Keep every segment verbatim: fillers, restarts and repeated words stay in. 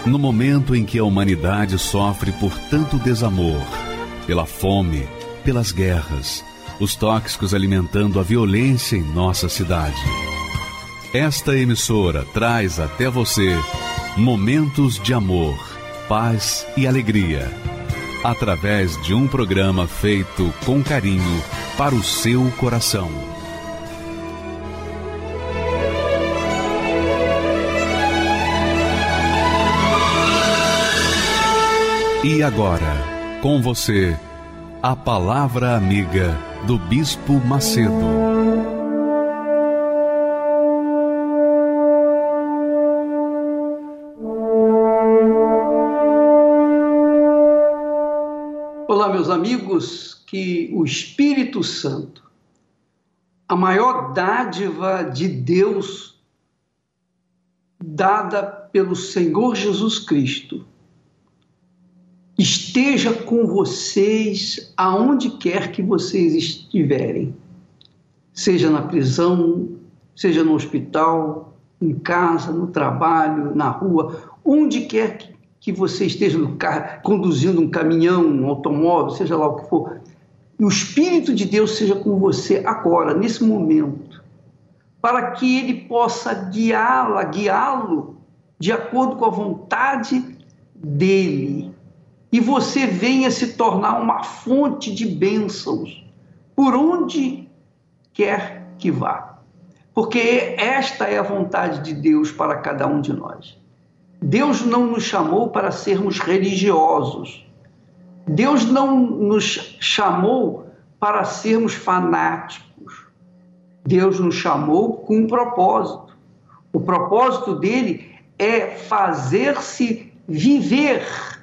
No momento em que a humanidade sofre por tanto desamor, pela fome, pelas guerras, os tóxicos alimentando a violência em nossa cidade. Esta emissora traz até você momentos de amor, paz e alegria, através de um programa feito com carinho para o seu coração. E agora, com você, a Palavra Amiga do Bispo Macedo. Olá, meus amigos, que o Espírito Santo, a maior dádiva de Deus dada pelo Senhor Jesus Cristo, esteja com vocês aonde quer que vocês estiverem, seja na prisão, seja no hospital, em casa, no trabalho, na rua, onde quer que, que você esteja no carro, conduzindo um caminhão, um automóvel, seja lá o que for, e o Espírito de Deus seja com você agora, nesse momento, para que Ele possa guiá-la, guiá-lo de acordo com a vontade dEle. E você venha se tornar uma fonte de bênçãos por onde quer que vá. Porque esta é a vontade de Deus para cada um de nós. Deus não nos chamou para sermos religiosos. Deus não nos chamou para sermos fanáticos. Deus nos chamou com um propósito. O propósito dele é fazer-se viver,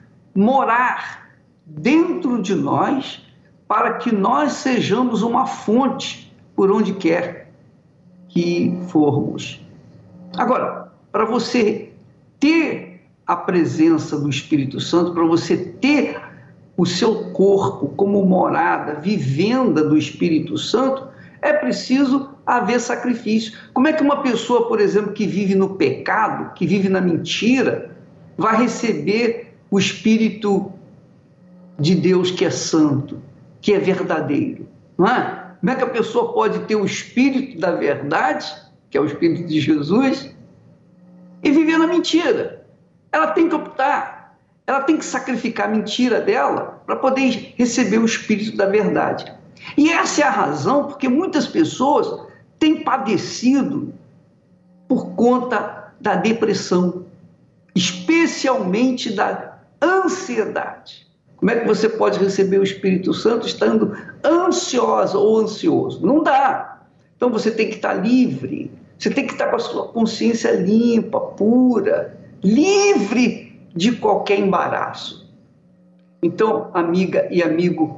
morar dentro de nós, para que nós sejamos uma fonte por onde quer que formos. Agora, para você ter a presença do Espírito Santo, para você ter o seu corpo como morada, vivenda do Espírito Santo, é preciso haver sacrifício. Como é que uma pessoa, por exemplo, que vive no pecado, que vive na mentira, vai receber o Espírito de Deus que é santo, que é verdadeiro, não é? Como é que a pessoa pode ter o Espírito da verdade, que é o Espírito de Jesus, e viver na mentira? Ela tem que optar, ela tem que sacrificar a mentira dela para poder receber o Espírito da verdade. E essa é a razão porque muitas pessoas têm padecido por conta da depressão, especialmente da ansiedade. Como é que você pode receber o Espírito Santo estando ansiosa ou ansioso? Não dá. Então você tem que estar livre, você tem que estar com a sua consciência limpa, pura, livre de qualquer embaraço. Então, amiga e amigo,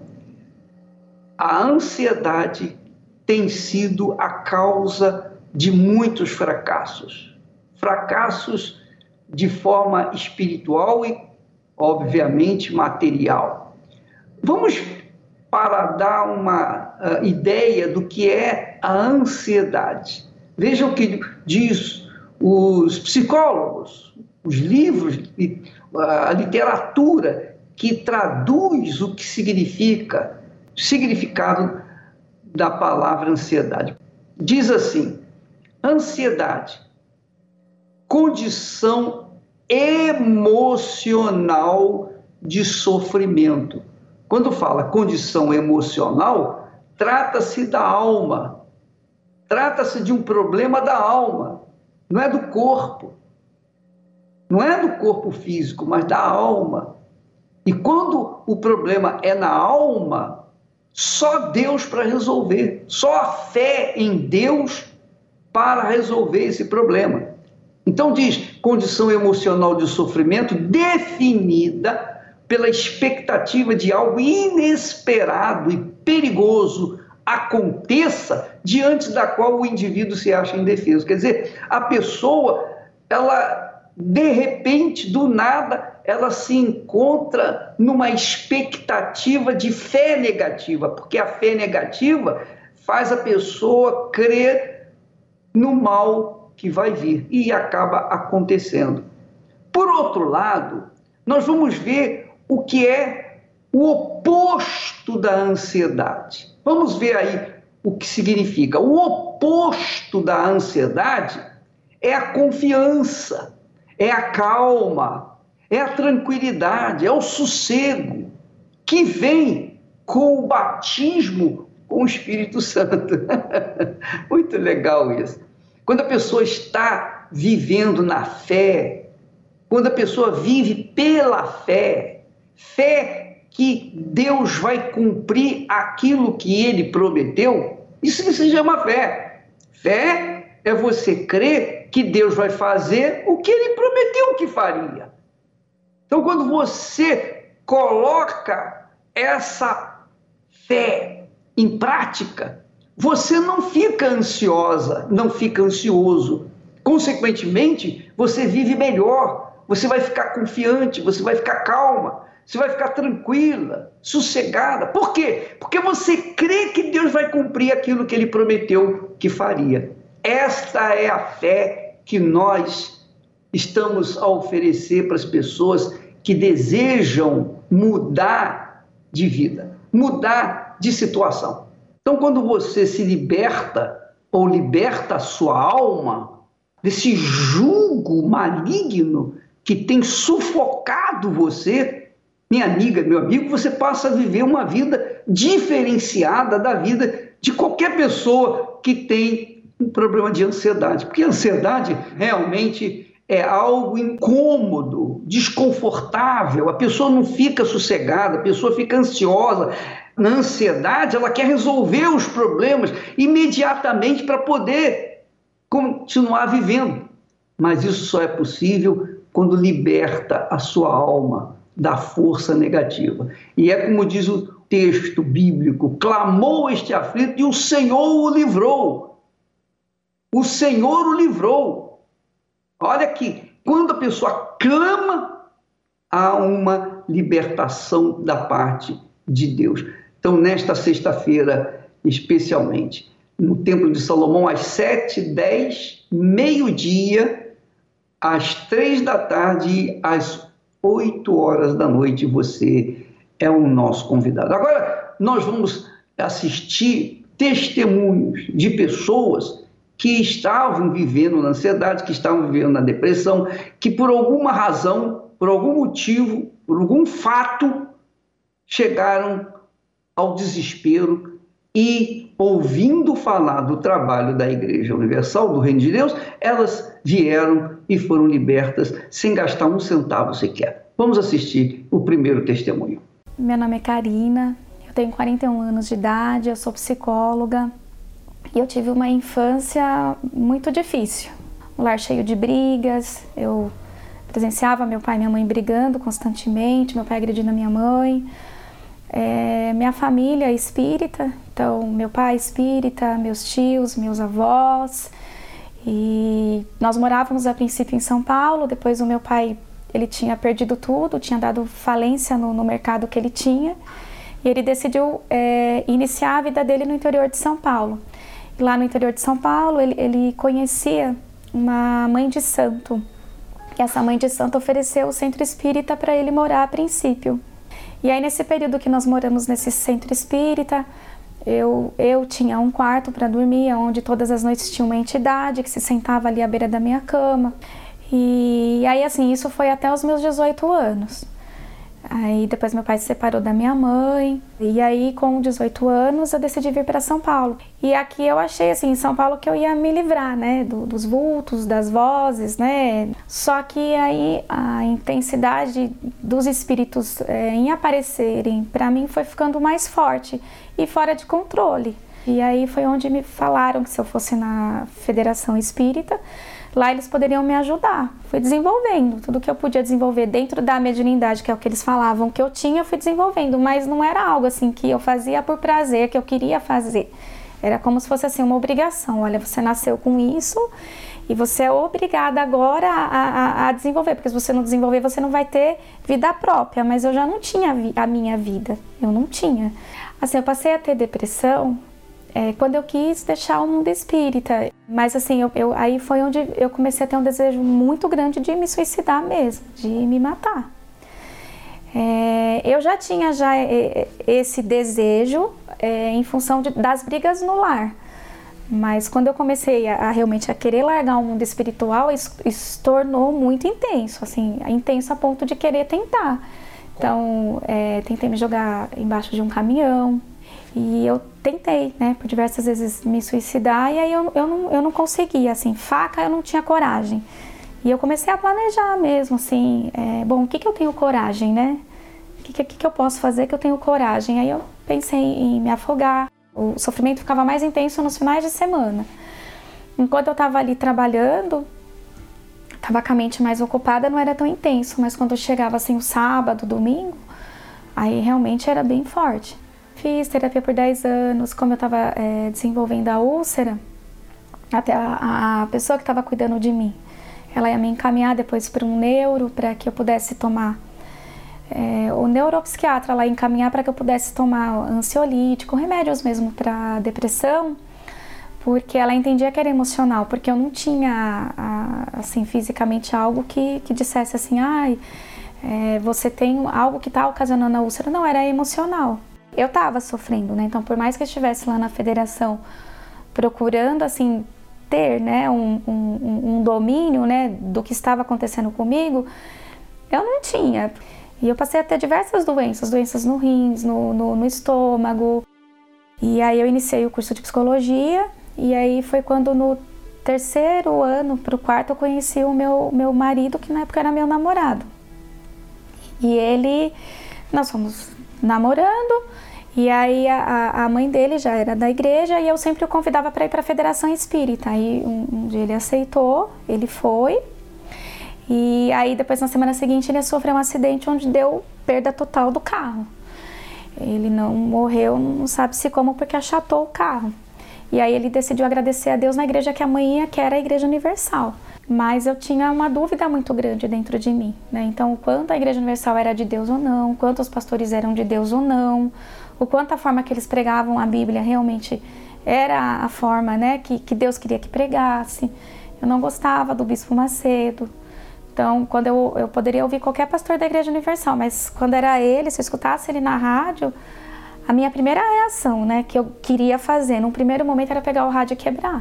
a ansiedade tem sido a causa de muitos fracassos. Fracassos de forma espiritual e, obviamente, material. Vamos para dar uma uh, ideia do que é a ansiedade. Vejam o que diz os psicólogos, os livros, a literatura que traduz o que significa, o significado da palavra ansiedade. Diz assim: ansiedade, condição emocional de sofrimento. Quando fala condição emocional, trata-se da alma, trata-se de um problema da alma, não é do corpo, não é do corpo físico, mas da alma. E quando o problema é na alma, só Deus para resolver, só a fé em Deus para resolver esse problema. Então diz, condição emocional de sofrimento definida pela expectativa de algo inesperado e perigoso aconteça, diante da qual o indivíduo se acha indefeso. Quer dizer, a pessoa, ela, de repente, do nada, ela se encontra numa expectativa de fé negativa, porque a fé negativa faz a pessoa crer no mal que vai vir, e acaba acontecendo. Por outro lado, nós vamos ver o que é o oposto da ansiedade. Vamos ver aí o que significa. O oposto da ansiedade é a confiança, é a calma, é a tranquilidade, é o sossego, que vem com o batismo com o Espírito Santo. Muito legal isso. Quando a pessoa está vivendo na fé, quando a pessoa vive pela fé, fé que Deus vai cumprir aquilo que Ele prometeu, isso que se chama fé. Fé é você crer que Deus vai fazer o que Ele prometeu que faria. Então, quando você coloca essa fé em prática, você não fica ansiosa, não fica ansioso. Consequentemente, você vive melhor, você vai ficar confiante, você vai ficar calma, você vai ficar tranquila, sossegada. Por quê? Porque você crê que Deus vai cumprir aquilo que Ele prometeu que faria. Esta é a fé que nós estamos a oferecer para as pessoas que desejam mudar de vida, mudar de situação. Então, quando você se liberta ou liberta a sua alma desse jugo maligno que tem sufocado você, minha amiga, meu amigo, você passa a viver uma vida diferenciada da vida de qualquer pessoa que tem um problema de ansiedade. Porque a ansiedade realmente é algo incômodo, desconfortável, a pessoa não fica sossegada, a pessoa fica ansiosa. Na ansiedade, ela quer resolver os problemas imediatamente para poder continuar vivendo. Mas isso só é possível quando liberta a sua alma da força negativa. E é como diz o texto bíblico: clamou este aflito e o Senhor o livrou. O Senhor o livrou. Olha que quando a pessoa clama, há uma libertação da parte de Deus. Então, nesta sexta-feira, especialmente, no Templo de Salomão, às sete, dez, meio-dia, às três da tarde e às oito horas da noite, você é o nosso convidado. Agora, nós vamos assistir testemunhos de pessoas que estavam vivendo na ansiedade, que estavam vivendo na depressão, que por alguma razão, por algum motivo, por algum fato, chegaram ao desespero e, ouvindo falar do trabalho da Igreja Universal, do Reino de Deus, elas vieram e foram libertas sem gastar um centavo sequer. Vamos assistir o primeiro testemunho. Meu nome é Karina, eu tenho quarenta e um anos de idade, eu sou psicóloga e eu tive uma infância muito difícil. Um lar cheio de brigas, eu presenciava meu pai e minha mãe brigando constantemente, meu pai agredindo a minha mãe. É, minha família é espírita, então meu pai é espírita, meus tios, meus avós, e nós morávamos a princípio em São Paulo. Depois o meu pai, ele tinha perdido tudo, tinha dado falência no, no mercado que ele tinha, e ele decidiu é, iniciar a vida dele no interior de São Paulo. E lá no interior de São Paulo ele, ele conhecia uma mãe de santo, e essa mãe de santo ofereceu o centro espírita para ele morar a princípio. E aí, nesse período que nós moramos nesse centro espírita, eu, eu tinha um quarto para dormir, onde todas as noites tinha uma entidade que se sentava ali à beira da minha cama. E aí, assim, isso foi até os meus dezoito anos. Aí, depois meu pai se separou da minha mãe. E aí, com dezoito anos, eu decidi vir para São Paulo. E aqui eu achei, assim, em São Paulo que eu ia me livrar, né, do, dos vultos, das vozes, né. Só que aí a intensidade dos espíritos é, em aparecerem, para mim, foi ficando mais forte e fora de controle. E aí foi onde me falaram que se eu fosse na Federação Espírita, lá eles poderiam me ajudar. Fui desenvolvendo tudo que eu podia desenvolver dentro da mediunidade, que é o que eles falavam que eu tinha, eu fui desenvolvendo, mas não era algo assim que eu fazia por prazer, que eu queria fazer. Era como se fosse assim uma obrigação. Olha, você nasceu com isso e você é obrigada agora a, a, a desenvolver, porque se você não desenvolver, você não vai ter vida própria. Mas eu já não tinha a minha vida, eu não tinha. Assim, eu passei a ter depressão é, quando eu quis deixar o mundo espírita. Mas assim, eu, eu, aí foi onde eu comecei a ter um desejo muito grande de me suicidar mesmo, de me matar. É, eu já tinha já esse desejo é, em função de, das brigas no lar. Mas quando eu comecei a, a realmente a querer largar o mundo espiritual, isso, isso se tornou muito intenso, assim, intenso a ponto de querer tentar. Então, é, tentei me jogar embaixo de um caminhão e eu tentei, né, por diversas vezes me suicidar e aí eu, eu, não, eu não conseguia, assim, faca eu não tinha coragem. E eu comecei a planejar mesmo, assim, é, bom, o que que eu tenho coragem, né? O que, que, que eu posso fazer que eu tenho coragem? Aí eu pensei em me afogar. O sofrimento ficava mais intenso nos finais de semana. Enquanto eu estava ali trabalhando, estava com a mente mais ocupada, não era tão intenso, mas quando chegava assim o sábado, domingo, aí realmente era bem forte. Fiz terapia por dez anos, como eu estava é, desenvolvendo a úlcera, até a, a pessoa que estava cuidando de mim, ela ia me encaminhar depois para um neuro, para que eu pudesse tomar, é, o neuropsiquiatra lá ia encaminhar para que eu pudesse tomar ansiolítico, remédios mesmo para depressão, porque ela entendia que era emocional, porque eu não tinha, assim, fisicamente algo que, que dissesse assim, ai, é, você tem algo que está ocasionando a úlcera. Não, era emocional. Eu estava sofrendo, né? Então, por mais que eu estivesse lá na federação procurando, assim, ter, né, um, um, um domínio, né, do que estava acontecendo comigo, eu não tinha. E eu passei a ter diversas doenças, doenças no rins, no, no, no estômago. E aí eu iniciei o curso de psicologia. E aí foi quando no terceiro ano para o quarto eu conheci o meu, meu marido, que na época era meu namorado. E ele, nós fomos namorando, e aí a, a mãe dele já era da igreja e eu sempre o convidava para ir para a Federação Espírita. Aí um, um dia ele aceitou, ele foi. E aí depois na semana seguinte ele sofreu um acidente onde deu perda total do carro. Ele não morreu, não sabe-se como, porque achatou o carro. E aí ele decidiu agradecer a Deus na igreja que a mãe ia, que era a Igreja Universal. Mas eu tinha uma dúvida muito grande dentro de mim, né? Então, o quanto a Igreja Universal era de Deus ou não, o quanto os pastores eram de Deus ou não, o quanto a forma que eles pregavam a Bíblia realmente era a forma, né, que, que Deus queria que pregasse. Eu não gostava do Bispo Macedo. Então, quando eu, eu poderia ouvir qualquer pastor da Igreja Universal, mas quando era ele, se eu escutasse ele na rádio, a minha primeira reação, né, que eu queria fazer, num primeiro momento, era pegar o rádio e quebrar.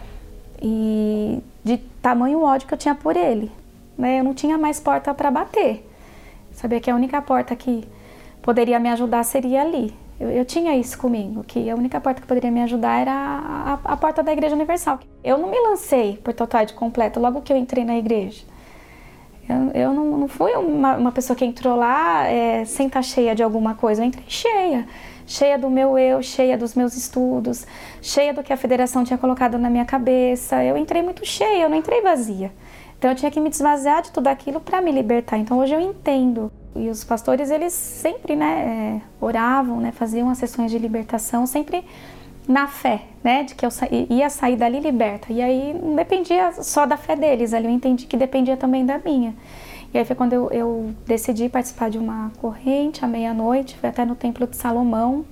E de tamanho ódio que eu tinha por ele, né, eu não tinha mais porta para bater. Sabia que a única porta que poderia me ajudar seria ali. Eu, eu tinha isso comigo, que a única porta que poderia me ajudar era a, a, a porta da Igreja Universal. Eu não me lancei por total e completo logo que eu entrei na igreja. Eu, eu não, não fui uma, uma pessoa que entrou lá é, sem estar cheia de alguma coisa, eu entrei cheia. Cheia do meu eu, cheia dos meus estudos, cheia do que a federação tinha colocado na minha cabeça. Eu entrei muito cheia, eu não entrei vazia. Então eu tinha que me desvaziar de tudo aquilo para me libertar. Então hoje eu entendo. E os pastores, eles sempre, né, é, oravam, né, faziam as sessões de libertação, sempre na fé, né, de que eu sa- ia sair dali liberta. E aí não dependia só da fé deles, ali eu entendi que dependia também da minha. E aí foi quando eu, eu decidi participar de uma corrente à meia-noite, fui até no Templo de Salomão.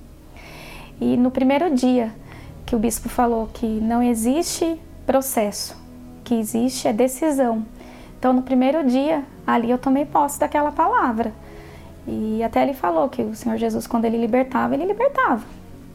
E no primeiro dia que o bispo falou que não existe processo, que existe é decisão. Então no primeiro dia, ali eu tomei posse daquela palavra. E até ele falou que o Senhor Jesus, quando ele libertava, ele libertava.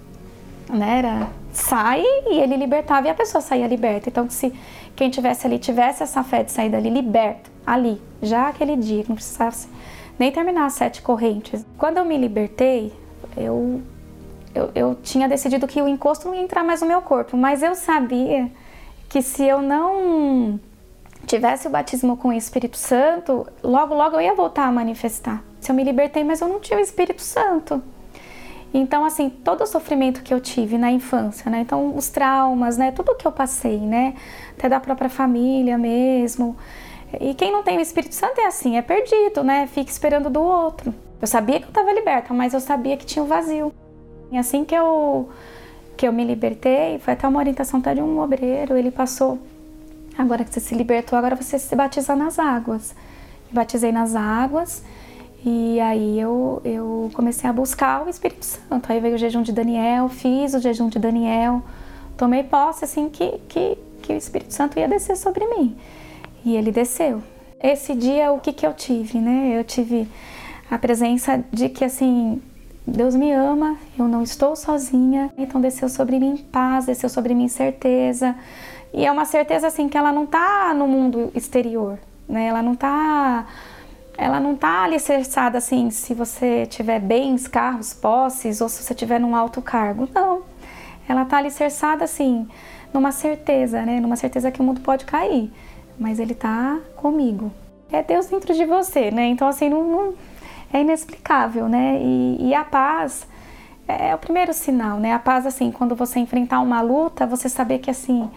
Né? Era sai e ele libertava e a pessoa saía liberta. Então se quem tivesse ali tivesse essa fé de sair dali liberta, ali, já aquele dia, que não precisasse nem terminar as sete correntes. Quando eu me libertei, eu, eu, eu tinha decidido que o encosto não ia entrar mais no meu corpo, mas eu sabia que se eu não tivesse o batismo com o Espírito Santo, logo, logo eu ia voltar a manifestar. Se eu me libertei, mas eu não tinha o Espírito Santo. Então, assim, todo o sofrimento que eu tive na infância, né? Então, os traumas, né? Tudo que eu passei, né? Até da própria família mesmo. E quem não tem o Espírito Santo é assim, é perdido, né? Fica esperando do outro. Eu sabia que eu estava liberta, mas eu sabia que tinha um vazio. E assim que eu, que eu me libertei, foi até uma orientação até de um obreiro, ele passou, agora que você se libertou, agora você se batiza nas águas. Me batizei nas águas E aí eu, eu comecei a buscar o Espírito Santo. Aí veio o jejum de Daniel, fiz o jejum de Daniel, tomei posse assim que, que, que o Espírito Santo ia descer sobre mim. E ele desceu. Esse dia, o que que eu tive, né? Eu tive a presença de que, assim, Deus me ama, eu não estou sozinha. Então desceu sobre mim paz, desceu sobre mim certeza. E é uma certeza, assim, que ela não tá no mundo exterior, né? Ela não tá... Ela não está alicerçada assim, se você tiver bens, carros, posses, ou se você tiver num alto cargo. Não. Ela está alicerçada assim, numa certeza, né? Numa certeza que o mundo pode cair. Mas ele está comigo. É Deus dentro de você, né? Então assim, não, não, é inexplicável, né? E, e a paz é o primeiro sinal, né? A paz, assim, quando você enfrentar uma luta, você saber que assim,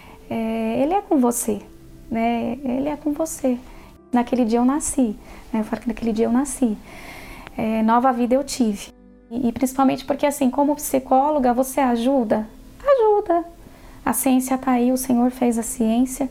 é, ele é com você, né? Ele é com você. Naquele dia eu nasci, né? Eu falo que naquele dia eu nasci. É, nova vida eu tive. E, e principalmente porque, assim, como psicóloga, você ajuda? Ajuda. A ciência está aí, o Senhor fez a ciência,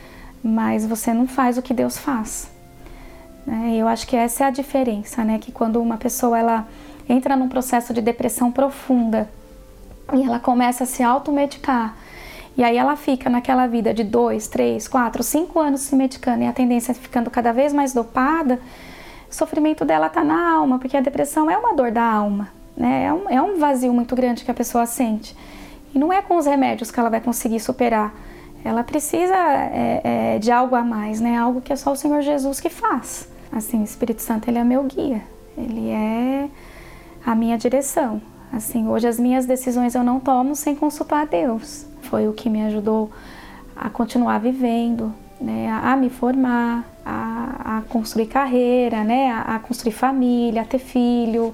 mas você não faz o que Deus faz. Né? Eu acho que essa é a diferença, né? Que quando uma pessoa ela entra num processo de depressão profunda e ela começa a se automedicar, e aí ela fica naquela vida de dois, três, quatro, cinco anos se medicando e a tendência é ficando cada vez mais dopada, o sofrimento dela está na alma, porque a depressão é uma dor da alma, né? É um, é um vazio muito grande que a pessoa sente. E não é com os remédios que ela vai conseguir superar. Ela precisa é, é, de algo a mais, né? Algo que é só o Senhor Jesus que faz. Assim, o Espírito Santo, ele é meu guia, ele é a minha direção. Assim, hoje as minhas decisões eu não tomo sem consultar a Deus. Foi o que me ajudou a continuar vivendo, né, a, a me formar, a, a construir carreira, né, a, a construir família, a ter filho.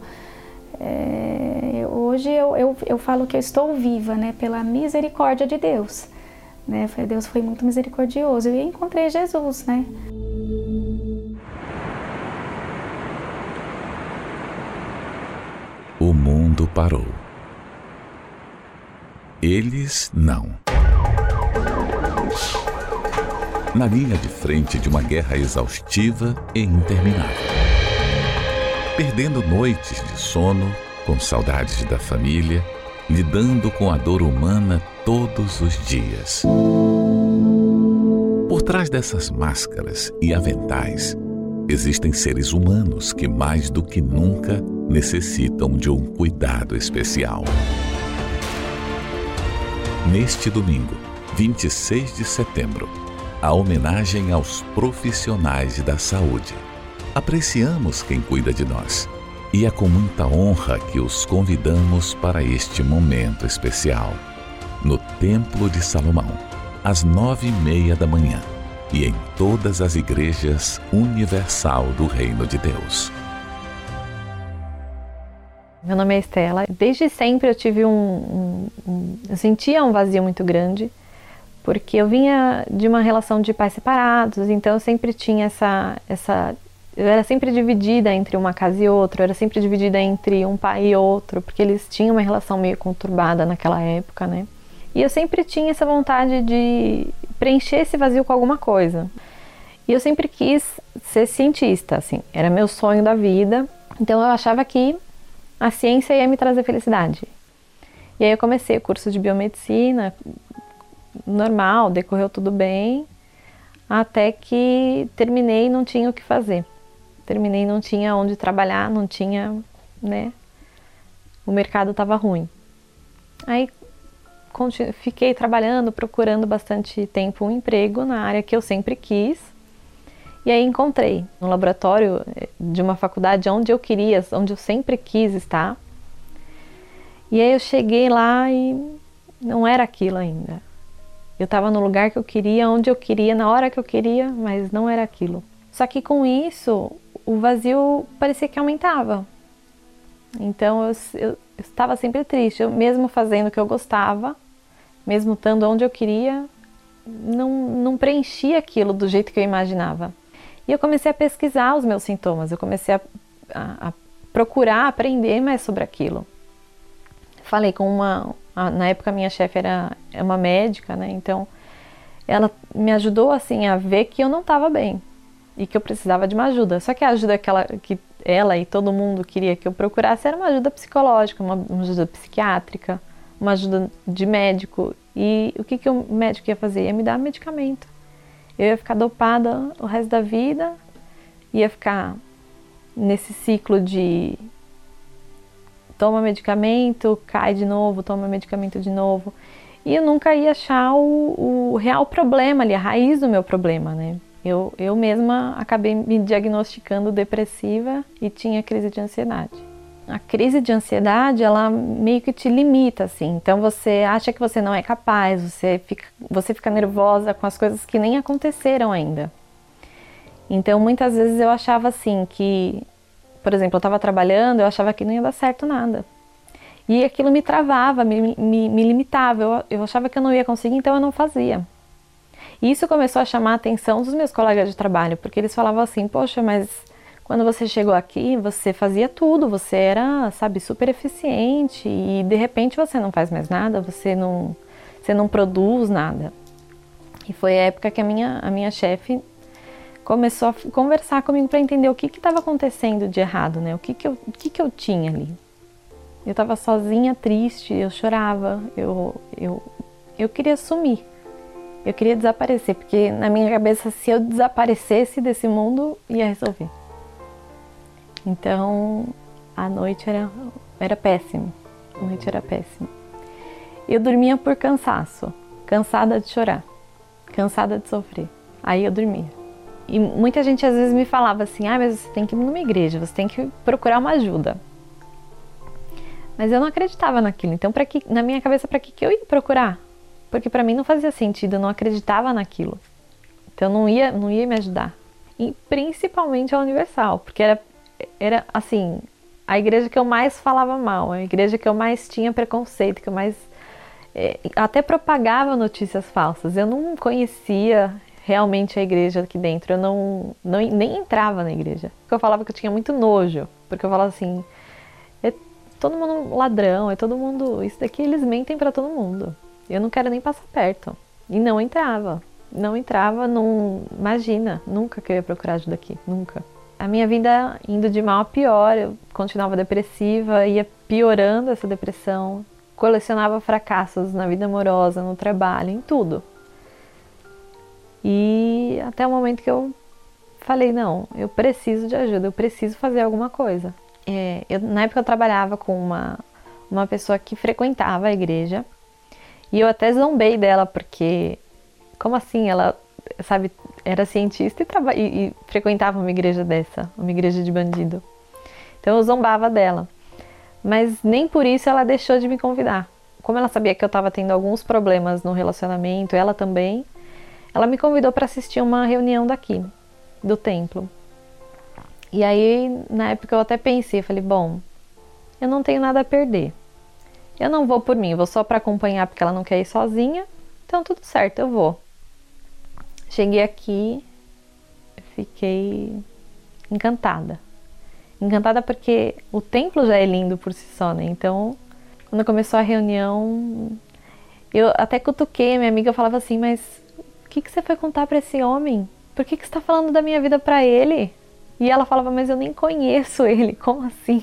É, hoje eu, eu, eu falo que eu estou viva, né, pela misericórdia de Deus. Né, Deus foi muito misericordioso e eu encontrei Jesus, né. O mundo parou. Eles não. Na linha de frente de uma guerra exaustiva e interminável. Perdendo noites de sono, com saudades da família, lidando com a dor humana todos os dias. Por trás dessas máscaras e aventais, existem seres humanos que mais do que nunca necessitam de um cuidado especial. Neste domingo, vinte e seis de setembro, a homenagem aos profissionais da saúde. Apreciamos quem cuida de nós e é com muita honra que os convidamos para este momento especial. No Templo de Salomão, às nove e meia da manhã e em todas as igrejas universal do Reino de Deus. Meu nome é Estela. Desde sempre eu tive um, um, um... Eu sentia um vazio muito grande, porque eu vinha de uma relação de pais separados, então eu sempre tinha essa... essa eu era sempre dividida entre uma casa e outra, eu era sempre dividida entre um pai e outro, porque eles tinham uma relação meio conturbada naquela época, né? E eu sempre tinha essa vontade de preencher esse vazio com alguma coisa. E eu sempre quis ser cientista, assim, era meu sonho da vida, então eu achava que a ciência ia me trazer felicidade. E aí eu comecei o curso de biomedicina, normal, decorreu tudo bem, até que terminei e não tinha o que fazer. Terminei e não tinha onde trabalhar, não tinha, né, o mercado estava ruim. Aí fiquei trabalhando, procurando bastante tempo um emprego na área que eu sempre quis. E aí encontrei no laboratório de uma faculdade onde eu queria, onde eu sempre quis estar. E aí eu cheguei lá e não era aquilo ainda. Eu estava no lugar que eu queria, onde eu queria, na hora que eu queria, mas não era aquilo. Só que com isso, o vazio parecia que aumentava. Então eu, eu, eu estava sempre triste, eu, mesmo fazendo o que eu gostava, mesmo estando onde eu queria, não, não preenchia aquilo do jeito que eu imaginava. E eu comecei a pesquisar os meus sintomas, eu comecei a, a, a procurar aprender mais sobre aquilo. Falei com uma, a, na época minha chefe era uma médica, né? Então ela me ajudou assim a ver que eu não estava bem e que eu precisava de uma ajuda. Só que a ajuda que ela, que ela e todo mundo queria que eu procurasse era uma ajuda psicológica, uma, uma ajuda psiquiátrica, uma ajuda de médico. E o que, que o médico ia fazer? Ia me dar medicamento. Eu ia ficar dopada o resto da vida, ia ficar nesse ciclo de toma medicamento, cai de novo, toma medicamento de novo. E eu nunca ia achar o, o real problema ali, a raiz do meu problema, né? Eu, eu mesma acabei me diagnosticando depressiva e tinha crise de ansiedade. A crise de ansiedade, ela meio que te limita, assim. Então você acha que você não é capaz, você fica, você fica nervosa com as coisas que nem aconteceram ainda. Então muitas vezes eu achava assim que, por exemplo, eu estava trabalhando, eu achava que não ia dar certo nada. E aquilo me travava, me, me, me limitava, eu, eu achava que eu não ia conseguir, então eu não fazia. E isso começou a chamar a atenção dos meus colegas de trabalho, porque eles falavam assim, poxa, mas quando você chegou aqui, você fazia tudo, você era, sabe, super eficiente e de repente você não faz mais nada, você não, você não produz nada. E foi a época que a minha, a minha chefe começou a conversar comigo para entender o que estava acontecendo de errado, né? O que, que, eu, o que, que eu tinha ali. Eu estava sozinha, triste, eu chorava, eu, eu, eu queria sumir. Eu queria desaparecer, porque na minha cabeça, se eu desaparecesse desse mundo, ia resolver. Então, a noite era, era péssimo. A noite era péssima. Eu dormia por cansaço, cansada de chorar, cansada de sofrer. Aí eu dormia. E muita gente às vezes me falava assim, ah, mas você tem que ir numa igreja, você tem que procurar uma ajuda. Mas eu não acreditava naquilo. Então, pra que, na minha cabeça, para que, que eu ia procurar? Porque para mim não fazia sentido, eu não acreditava naquilo. Então não ia, não ia me ajudar. E principalmente a Universal, porque era, era assim, a igreja que eu mais falava mal, a igreja que eu mais tinha preconceito, que eu mais é, até propagava notícias falsas. Eu não conhecia realmente a igreja aqui dentro, eu não, não nem entrava na igreja. Porque eu falava que eu tinha muito nojo, porque eu falava assim, é todo mundo ladrão, é todo mundo, isso daqui eles mentem para todo mundo. Eu não quero nem passar perto. E não entrava. Não entrava, não... Imagina, nunca que eu ia procurar ajuda aqui. Nunca. A minha vida indo de mal a pior. Eu continuava depressiva, ia piorando essa depressão. Colecionava fracassos na vida amorosa, no trabalho, em tudo. E até o momento que eu falei, não, eu preciso de ajuda, eu preciso fazer alguma coisa. É, eu, na época eu trabalhava com uma, uma pessoa que frequentava a igreja. E eu até zombei dela, porque, como assim, ela, sabe, era cientista e, traba- e, e frequentava uma igreja dessa, uma igreja de bandido. Então eu zombava dela. Mas nem por isso ela deixou de me convidar. Como ela sabia que eu estava tendo alguns problemas no relacionamento, ela também, ela me convidou para assistir uma reunião daqui, do templo. E aí, na época eu até pensei, falei, bom, eu não tenho nada a perder. Eu não vou por mim, eu vou só para acompanhar porque ela não quer ir sozinha. Então tudo certo, eu vou. Cheguei aqui, fiquei encantada. Encantada porque o templo já é lindo por si só, né? Então, quando começou a reunião, eu até cutuquei a minha amiga, eu falava assim, mas o que, que você foi contar para esse homem? Por que, que você está falando da minha vida para ele? E ela falava, mas eu nem conheço ele, como assim?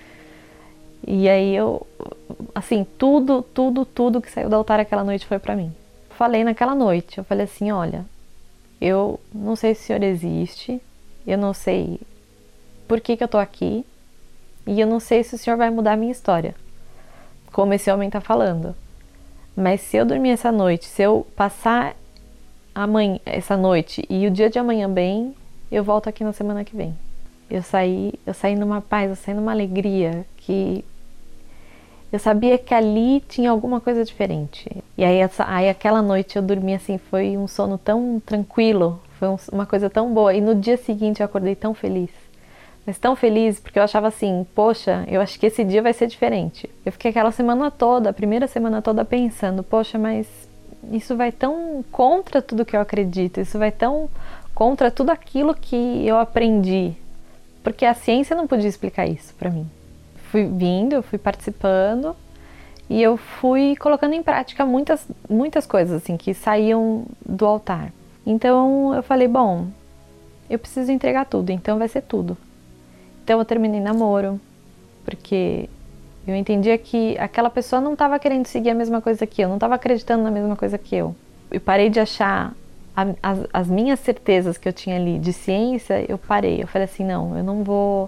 E aí eu, assim, tudo, tudo, tudo que saiu do altar aquela noite foi pra mim. Falei naquela noite, eu falei assim, olha, eu não sei se o Senhor existe, eu não sei por que que eu tô aqui, e eu não sei se o Senhor vai mudar a minha história, como esse homem tá falando. Mas se eu dormir essa noite, se eu passar amanhã, essa noite e o dia de amanhã bem, eu volto aqui na semana que vem. Eu saí, eu saí numa paz, eu saí numa alegria que eu sabia que ali tinha alguma coisa diferente. E aí, essa, aí aquela noite eu dormi assim, foi um sono tão tranquilo, foi um, uma coisa tão boa. E no dia seguinte eu acordei tão feliz. Mas tão feliz porque eu achava assim, poxa, eu acho que esse dia vai ser diferente. Eu fiquei aquela semana toda, a primeira semana toda pensando, poxa, mas isso vai tão contra tudo que eu acredito, isso vai tão contra tudo aquilo que eu aprendi. Porque a ciência não podia explicar isso pra mim. Fui vindo, eu fui participando e eu fui colocando em prática muitas, muitas coisas assim que saíam do altar. Então eu falei, bom, eu preciso entregar tudo, então vai ser tudo. Então Então eu terminei namoro, porque eu entendia que aquela pessoa não estava querendo seguir a mesma coisa que eu, não estava acreditando na mesma coisa que eu. Eu parei de achar a, as, as minhas certezas que eu tinha ali de ciência, eu parei. Eu falei assim, não, eu não vou,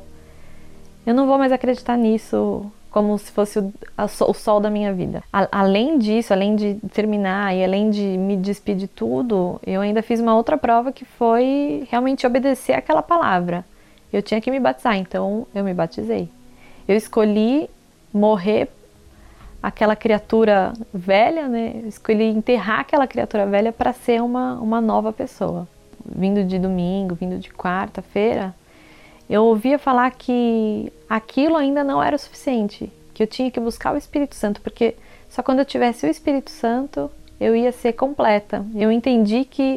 eu não vou mais acreditar nisso como se fosse o, a, o sol da minha vida. A, além disso, além de terminar e além de me despedir de tudo, eu ainda fiz uma outra prova que foi realmente obedecer aquela palavra. Eu tinha que me batizar, então eu me batizei. Eu escolhi morrer aquela criatura velha, né? Eu escolhi enterrar aquela criatura velha para ser uma, uma nova pessoa. Vindo de domingo, vindo de quarta-feira, eu ouvia falar que aquilo ainda não era o suficiente, que eu tinha que buscar o Espírito Santo, porque só quando eu tivesse o Espírito Santo eu ia ser completa. Eu entendi que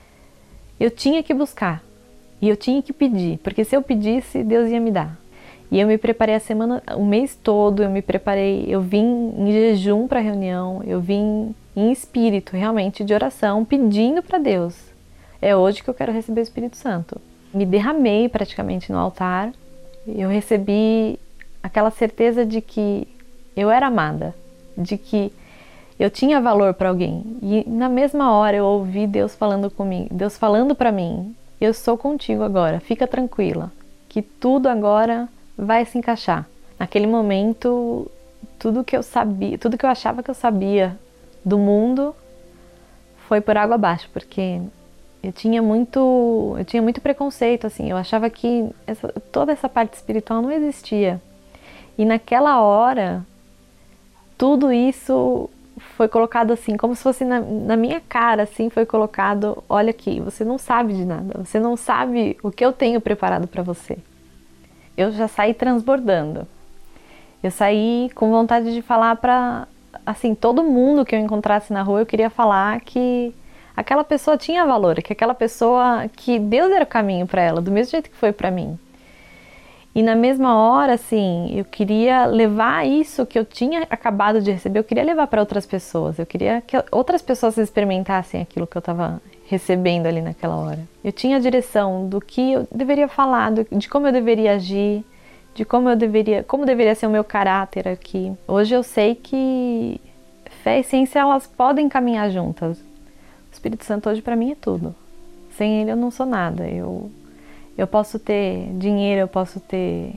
eu tinha que buscar e eu tinha que pedir, porque se eu pedisse, Deus ia me dar. E eu me preparei a semana, o mês todo, eu me preparei, eu vim em jejum para a reunião, eu vim em espírito, realmente, de oração, pedindo para Deus. É hoje que eu quero receber o Espírito Santo. Me derramei praticamente no altar, eu recebi aquela certeza de que eu era amada, de que eu tinha valor para alguém. E na mesma hora eu ouvi Deus falando comigo, Deus falando para mim, eu sou contigo agora, fica tranquila, que tudo agora vai se encaixar. Naquele momento, tudo que eu sabia, tudo que eu achava que eu sabia do mundo foi por água abaixo, porque eu tinha muito, eu tinha muito preconceito, assim, eu achava que essa, toda essa parte espiritual não existia. E naquela hora, tudo isso foi colocado assim, como se fosse na, na minha cara, assim, foi colocado, olha aqui, você não sabe de nada, você não sabe o que eu tenho preparado para você. Eu já saí transbordando. Eu saí com vontade de falar para, assim, todo mundo que eu encontrasse na rua, eu queria falar que aquela pessoa tinha valor, que aquela pessoa, que Deus era o caminho para ela, do mesmo jeito que foi para mim. E na mesma hora, assim, eu queria levar isso que eu tinha acabado de receber, eu queria levar para outras pessoas. Eu queria que outras pessoas experimentassem aquilo que eu estava recebendo ali naquela hora. Eu tinha a direção do que eu deveria falar, de como eu deveria agir, de como eu deveria, como deveria ser o meu caráter aqui. Hoje eu sei que fé e ciência, elas podem caminhar juntas. O Espírito Santo hoje para mim é tudo. Sem ele eu não sou nada. Eu, eu posso ter dinheiro, eu posso ter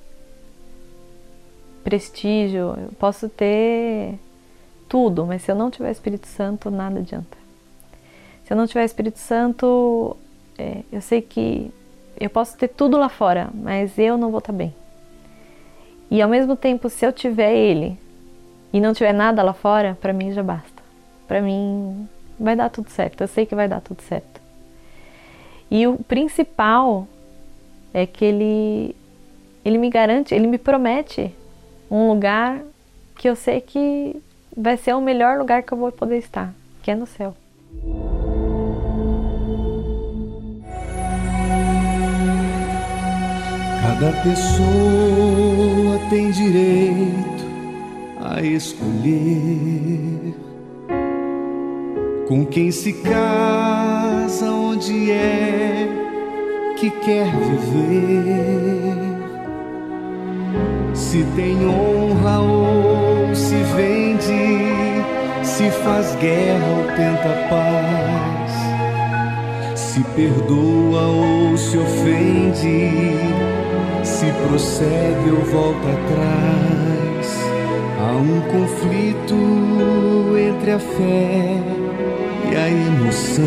prestígio, eu posso ter tudo, mas se eu não tiver Espírito Santo, nada adianta. Se eu não tiver Espírito Santo, é, eu sei que eu posso ter tudo lá fora, mas eu não vou estar bem. E ao mesmo tempo, se eu tiver Ele e não tiver nada lá fora, para mim já basta. Para mim vai dar tudo certo, eu sei que vai dar tudo certo. E o principal é que Ele, ele me garante, Ele me promete um lugar que eu sei que vai ser o melhor lugar que eu vou poder estar, que é no céu. Cada pessoa tem direito a escolher com quem se casa, onde é que quer viver, se tem honra ou se vende, se faz guerra ou tenta paz, se perdoa ou se ofende, se prossegue ou volta atrás. Há um conflito entre a fé e a emoção.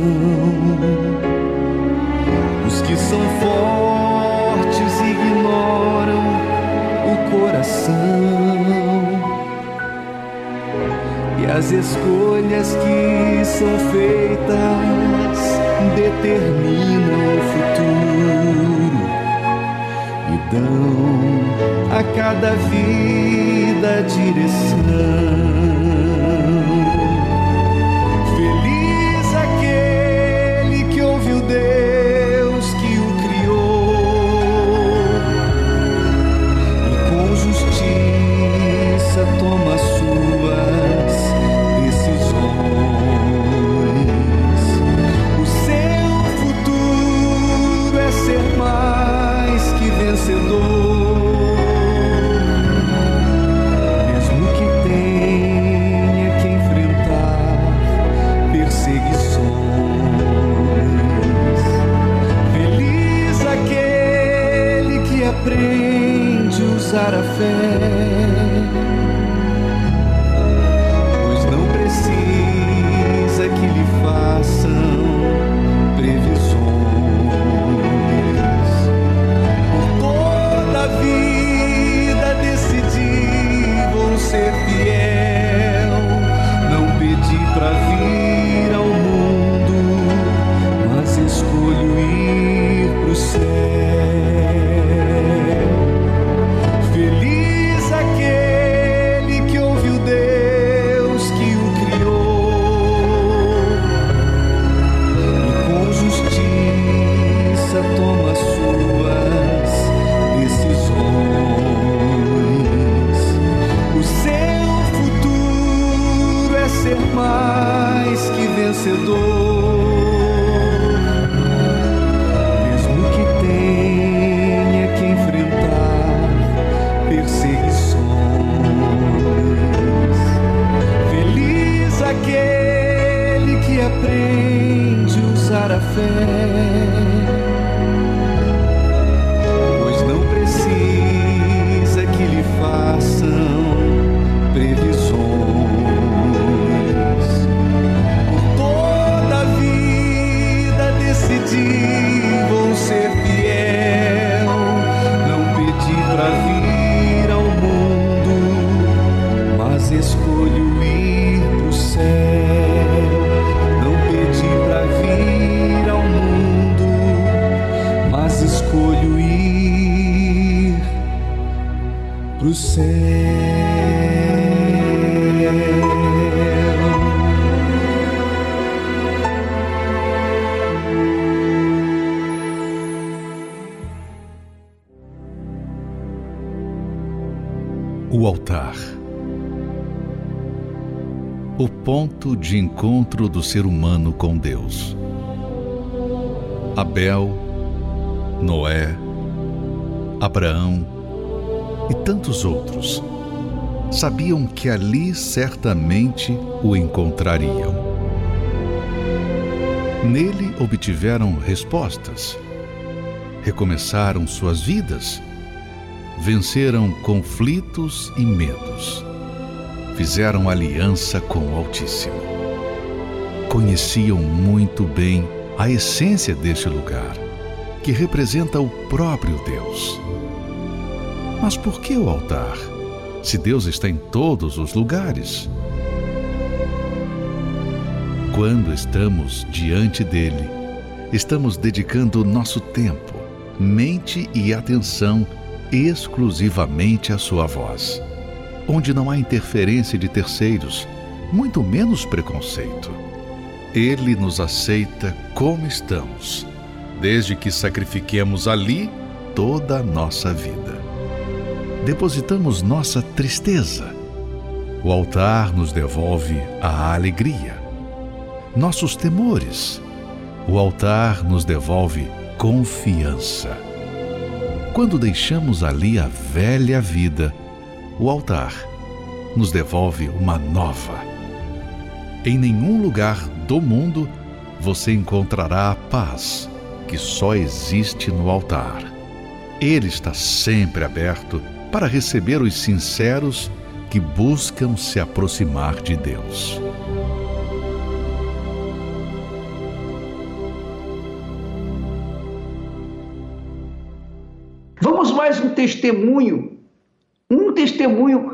Os que são fortes ignoram o coração, e as escolhas que são feitas determinam o futuro e dão a cada vida direção. Feliz aquele que ouviu Deus que o criou e com justiça toma suas decisões. O seu futuro é ser mais que vencedor. vencedor, mesmo que tenha que enfrentar perseguições. Feliz aquele que aprende a usar a fé, pois não precisa que lhe façam previsões. Por toda a vida decidi vou ser fiel, não pedi pra vir ao mundo, mas escolho ir pro céu. Não pedi pra vir ao mundo, mas escolho ir pro céu. O altar. O ponto de encontro do ser humano com Deus. Abel, Noé, Abraão e tantos outros sabiam que ali certamente o encontrariam. Nele obtiveram respostas, recomeçaram suas vidas, venceram conflitos e medos, fizeram aliança com o Altíssimo. Conheciam muito bem a essência deste lugar, que representa o próprio Deus. Mas por que o altar, se Deus está em todos os lugares? Quando estamos diante dele, estamos dedicando nosso tempo, mente e atenção exclusivamente à sua voz, onde não há interferência de terceiros, muito menos preconceito. Ele nos aceita como estamos, desde que sacrifiquemos ali toda a nossa vida. Depositamos nossa tristeza. O altar nos devolve a alegria. Nossos temores. O altar nos devolve confiança. Quando deixamos ali a velha vida, o altar nos devolve uma nova. Em nenhum lugar do mundo você encontrará a paz que só existe no altar. Ele está sempre aberto para receber os sinceros que buscam se aproximar de Deus. Vamos mais um testemunho, um testemunho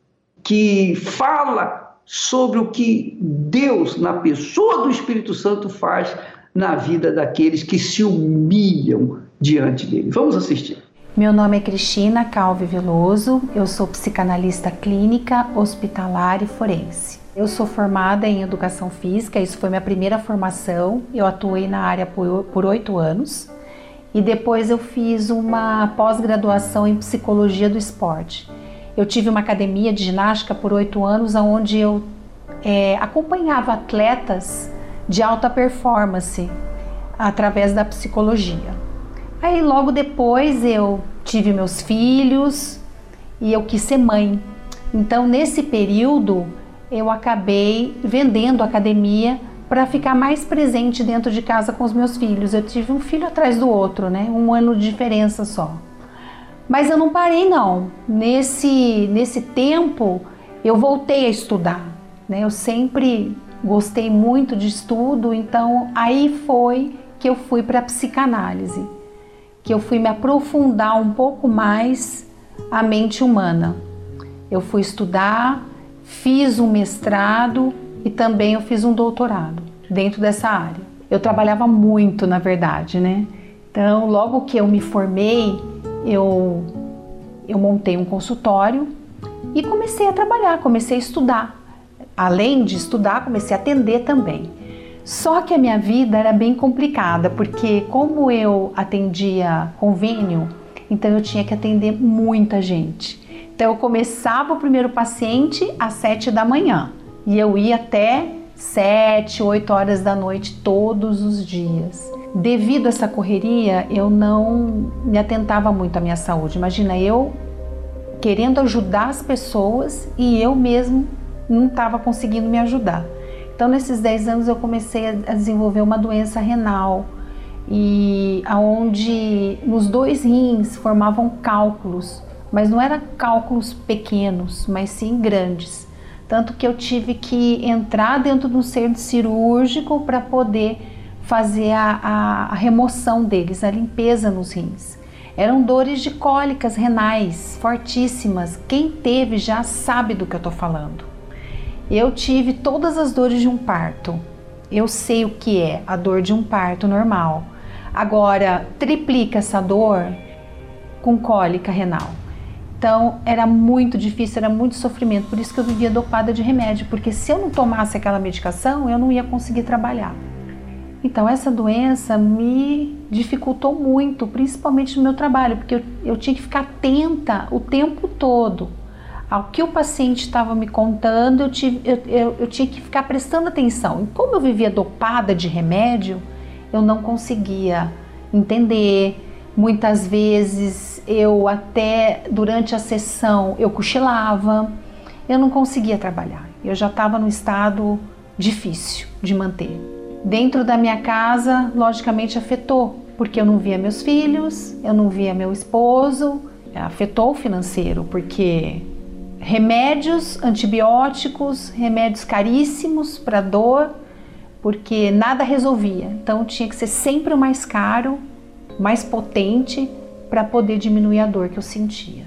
que fala sobre o que Deus, na pessoa do Espírito Santo, faz na vida daqueles que se humilham diante dele. Vamos assistir. Meu nome é Cristina Calvi Veloso, eu sou psicanalista clínica, hospitalar e forense. Eu sou formada em Educação Física, isso foi minha primeira formação, eu atuei na área por oito anos. E depois eu fiz uma pós-graduação em Psicologia do Esporte. Eu tive uma academia de ginástica por oito anos, onde eu é, acompanhava atletas de alta performance através da psicologia. Aí logo depois eu tive meus filhos e eu quis ser mãe. Então nesse período eu acabei vendendo a academia para ficar mais presente dentro de casa com os meus filhos. Eu tive um filho atrás do outro, né? Um ano de diferença só. Mas eu não parei não. Nesse, nesse tempo eu voltei a estudar, né? Eu sempre gostei muito de estudo, então aí foi que eu fui para a psicanálise, que eu fui me aprofundar um pouco mais a mente humana. Eu fui estudar, fiz um mestrado e também eu fiz um doutorado dentro dessa área. Eu trabalhava muito, na verdade, né? Então, logo que eu me formei, eu, eu montei um consultório e comecei a trabalhar, comecei a estudar. Além de estudar, comecei a atender também. Só que a minha vida era bem complicada, porque como eu atendia convênio, então eu tinha que atender muita gente. Então eu começava o primeiro paciente às sete da manhã e eu ia até sete, oito horas da noite todos os dias. Devido a essa correria, eu não me atentava muito à minha saúde. Imagina, eu querendo ajudar as pessoas e eu mesmo não estava conseguindo me ajudar. Então, nesses dez anos, eu comecei a desenvolver uma doença renal, e aonde nos dois rins formavam cálculos, mas não eram cálculos pequenos, mas sim grandes. Tanto que eu tive que entrar dentro de um centro cirúrgico para poder fazer a, a, a remoção deles, a limpeza nos rins. Eram dores de cólicas renais fortíssimas. Quem teve já sabe do que eu estou falando. Eu tive todas as dores de um parto. Eu sei o que é a dor de um parto normal. Agora, triplica essa dor com cólica renal. Então, era muito difícil, era muito sofrimento. Por isso que eu vivia dopada de remédio, porque se eu não tomasse aquela medicação, eu não ia conseguir trabalhar. Então, essa doença me dificultou muito, principalmente no meu trabalho, porque eu, eu tinha que ficar atenta o tempo todo ao que o paciente estava me contando. Eu, tive, eu, eu, eu tinha que ficar prestando atenção. E como eu vivia dopada de remédio, eu não conseguia entender. Muitas vezes eu até durante a sessão eu cochilava, eu não conseguia trabalhar. Eu já estava num estado difícil de manter. Dentro da minha casa, logicamente afetou, porque eu não via meus filhos, eu não via meu esposo, afetou o financeiro, porque remédios, antibióticos, remédios caríssimos para dor, porque nada resolvia. Então tinha que ser sempre o mais caro, mais potente, para poder diminuir a dor que eu sentia.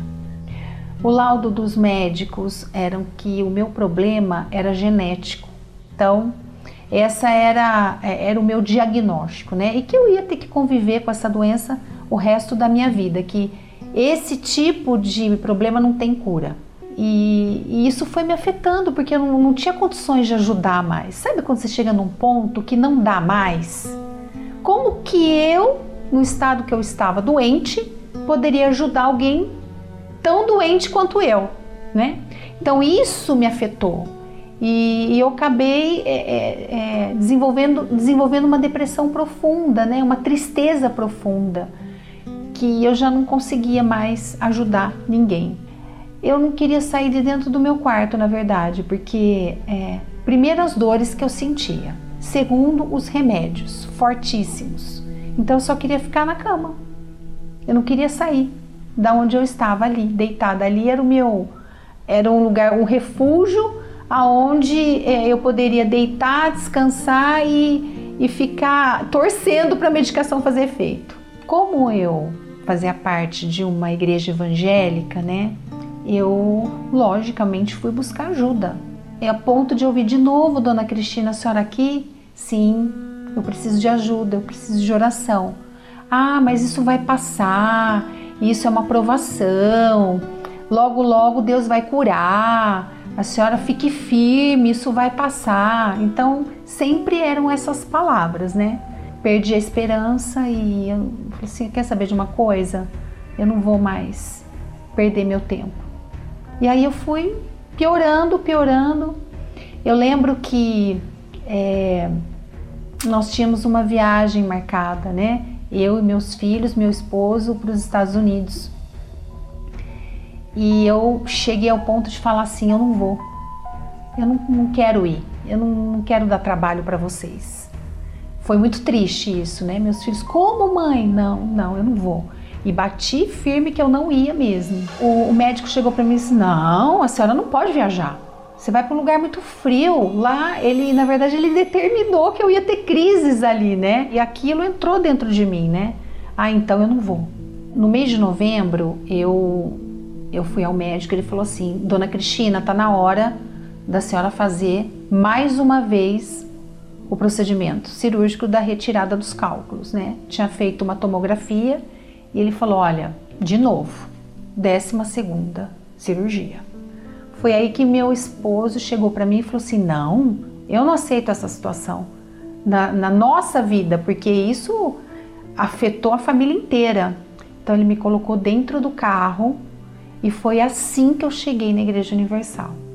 O laudo dos médicos era que o meu problema era genético. Então, essa era, era o meu diagnóstico, né? E que eu ia ter que conviver com essa doença o resto da minha vida, que esse tipo de problema não tem cura. E, e isso foi me afetando, porque eu não, não tinha condições de ajudar mais. Sabe quando você chega num ponto que não dá mais? Como que eu, no estado que eu estava doente, poderia ajudar alguém tão doente quanto eu, né? Então isso me afetou. E, e eu acabei é, é, desenvolvendo, desenvolvendo uma depressão profunda, né? Uma tristeza profunda, que eu já não conseguia mais ajudar ninguém. Eu não queria sair de dentro do meu quarto, na verdade, porque é, primeiro as dores que eu sentia, segundo os remédios fortíssimos. Então eu só queria ficar na cama. Eu não queria sair da onde eu estava ali, deitada. Ali era o meu, era um lugar, um refúgio aonde é, eu poderia deitar, descansar e, e ficar torcendo para a medicação fazer efeito. Como eu fazia parte de uma igreja evangélica, né? Eu, logicamente, fui buscar ajuda. É a ponto de ouvir de novo, Dona Cristina, a senhora aqui? Sim, eu preciso de ajuda, eu preciso de oração. Ah, mas isso vai passar, isso é uma provação, logo, logo Deus vai curar, a senhora fique firme, isso vai passar. Então, sempre eram essas palavras, né? Perdi a esperança e eu falei assim, quer saber de uma coisa? Eu não vou mais perder meu tempo. E aí eu fui piorando, piorando. Eu lembro que é, nós tínhamos uma viagem marcada, né? Eu e meus filhos, meu esposo, para os Estados Unidos. E eu cheguei ao ponto de falar assim, eu não vou. Eu não, não quero ir. Eu não, não quero dar trabalho para vocês. Foi muito triste isso, né? Meus filhos, como mãe? Não, não, eu não vou. E bati firme que eu não ia mesmo. O, o médico chegou para mim e disse, não, a senhora não pode viajar. Você vai para um lugar muito frio. Lá, ele, na verdade, ele determinou que eu ia ter crises ali, né? E aquilo entrou dentro de mim, né? Ah, então eu não vou. No mês de novembro, eu, eu fui ao médico, ele falou assim, Dona Cristina, tá na hora da senhora fazer mais uma vez o procedimento cirúrgico da retirada dos cálculos, né? Tinha feito uma tomografia e ele falou, olha, de novo, décima segunda cirurgia. Foi aí que meu esposo chegou para mim e falou assim, não, eu não aceito essa situação na, na nossa vida, porque isso afetou a família inteira. Então ele me colocou dentro do carro e foi assim que eu cheguei na Igreja Universal.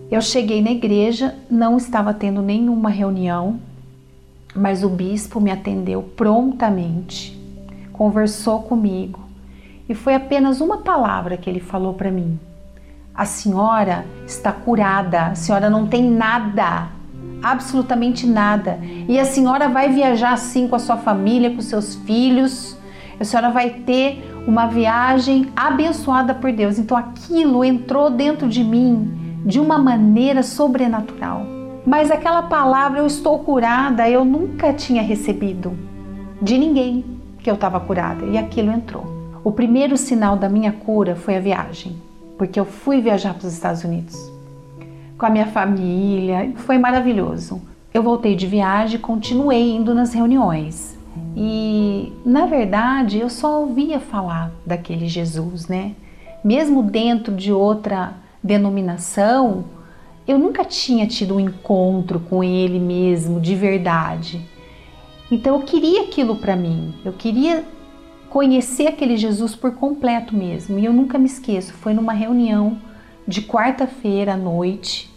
Eu cheguei na igreja, não estava tendo nenhuma reunião, mas o bispo me atendeu prontamente, conversou comigo e foi apenas uma palavra que ele falou para mim: a senhora está curada, a senhora não tem nada, absolutamente nada, e a senhora vai viajar assim com a sua família, com seus filhos, a senhora vai ter uma viagem abençoada por Deus. Então aquilo entrou dentro de mim de uma maneira sobrenatural. Mas aquela palavra, eu estou curada, eu nunca tinha recebido de ninguém que eu estava curada, e aquilo entrou. O primeiro sinal da minha cura foi a viagem, porque eu fui viajar para os Estados Unidos com a minha família, foi maravilhoso. Eu voltei de viagem e continuei indo nas reuniões. E, na verdade, eu só ouvia falar daquele Jesus, né? Mesmo dentro de outra denominação, eu nunca tinha tido um encontro com ele mesmo, de verdade. Então eu queria aquilo para mim, eu queria conhecer aquele Jesus por completo mesmo. E eu nunca me esqueço, foi numa reunião de quarta-feira à noite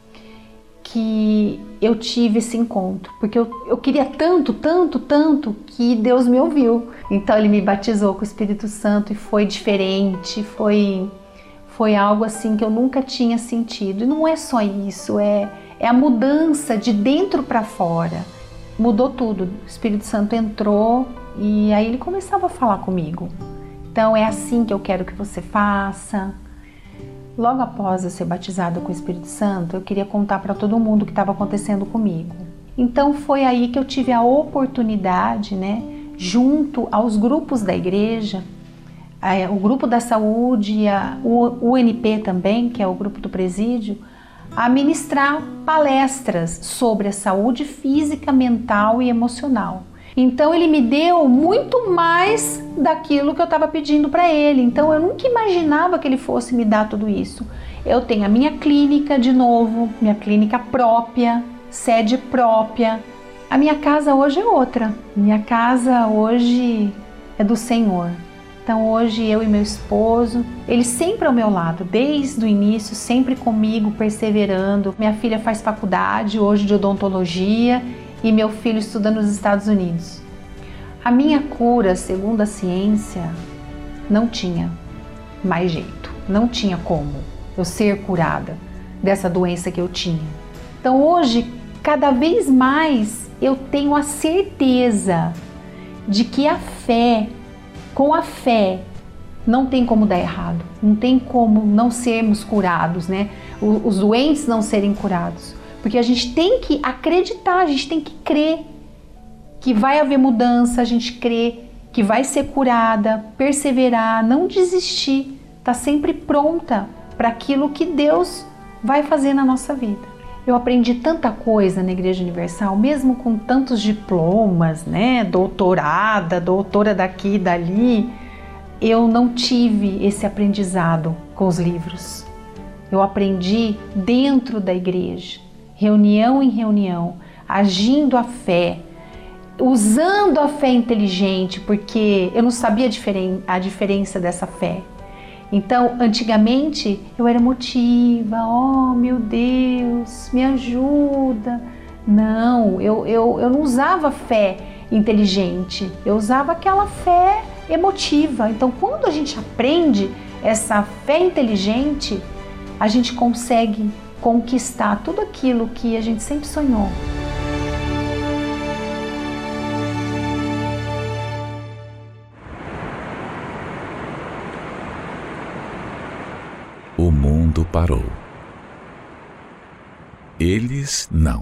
que eu tive esse encontro, porque eu, eu queria tanto, tanto, tanto que Deus me ouviu. Então ele me batizou com o Espírito Santo e foi diferente, foi, foi algo assim que eu nunca tinha sentido. E não é só isso, é, é a mudança de dentro para fora. Mudou tudo, o Espírito Santo entrou e aí ele começava a falar comigo. Então é assim que eu quero que você faça. Logo após eu ser batizada com o Espírito Santo, eu queria contar para todo mundo o que estava acontecendo comigo. Então foi aí que eu tive a oportunidade, né, junto aos grupos da igreja, o grupo da saúde e a, o U N P também, que é o grupo do presídio, a ministrar palestras sobre a saúde física, mental e emocional. Então ele me deu muito mais daquilo que eu estava pedindo para ele. Então eu nunca imaginava que ele fosse me dar tudo isso. Eu tenho a minha clínica de novo, minha clínica própria, sede própria. A minha casa hoje é outra. Minha casa hoje é do Senhor. Então hoje eu e meu esposo, ele sempre ao meu lado, desde o início, sempre comigo, perseverando. Minha filha faz faculdade hoje de odontologia e meu filho estuda nos Estados Unidos. A minha cura, segundo a ciência, não tinha mais jeito, não tinha como eu ser curada dessa doença que eu tinha. Então hoje, cada vez mais, eu tenho a certeza de que a fé, com a fé, não tem como dar errado, não tem como não sermos curados, né? Os doentes não serem curados. Porque a gente tem que acreditar, a gente tem que crer que vai haver mudança, a gente crê que vai ser curada, perseverar, não desistir, tá sempre pronta para aquilo que Deus vai fazer na nossa vida. Eu aprendi tanta coisa na Igreja Universal, mesmo com tantos diplomas, né, doutorada, doutora daqui e dali, eu não tive esse aprendizado com os livros. Eu aprendi dentro da igreja, reunião em reunião, agindo a fé, usando a fé inteligente, porque eu não sabia a diferença dessa fé. Então, antigamente, eu era emotiva, oh meu Deus, me ajuda. Não, eu, eu, eu não usava fé inteligente, eu usava aquela fé emotiva. Então, quando a gente aprende essa fé inteligente, a gente consegue conquistar tudo aquilo que a gente sempre sonhou. O mundo parou. Eles não.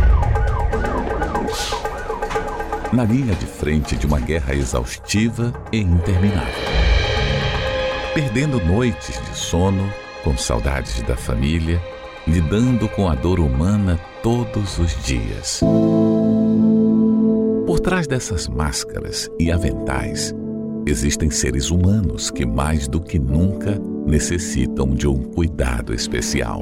Na linha de frente de uma guerra exaustiva e interminável. Perdendo noites de sono, com saudades da família, lidando com a dor humana todos os dias. Por trás dessas máscaras e aventais, existem seres humanos que mais do que nunca necessitam de um cuidado especial.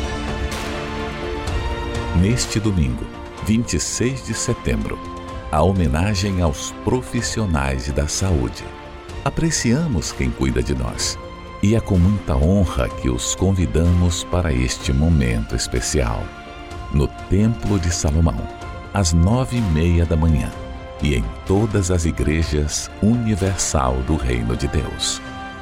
Neste domingo, vinte e seis de setembro, a homenagem aos profissionais da saúde. Apreciamos quem cuida de nós E é com muita honra que os convidamos para este momento especial, no Templo de Salomão, às nove e meia da manhã, e em todas as igrejas universal do Reino de Deus.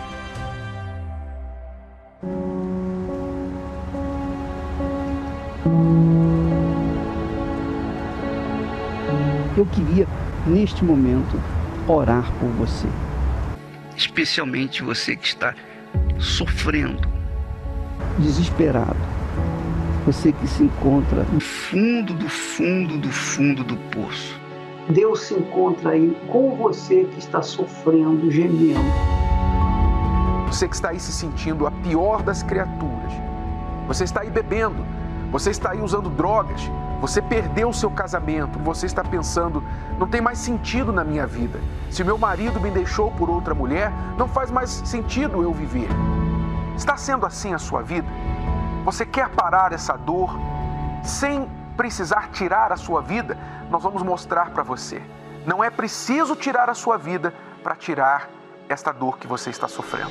Eu queria, neste momento, orar por você. Especialmente você que está sofrendo, desesperado. Você que se encontra no fundo do fundo do fundo do poço. Deus se encontra aí com você que está sofrendo, gemendo. Você que está aí se sentindo a pior das criaturas. Você está aí bebendo. Você está aí usando drogas. Você perdeu o seu casamento. Você está pensando, não tem mais sentido na minha vida. Se meu marido me deixou por outra mulher, não faz mais sentido eu viver. Está sendo assim a sua vida? Você quer parar essa dor sem precisar tirar a sua vida? Nós vamos mostrar para você. Não é preciso tirar a sua vida para tirar esta dor que você está sofrendo.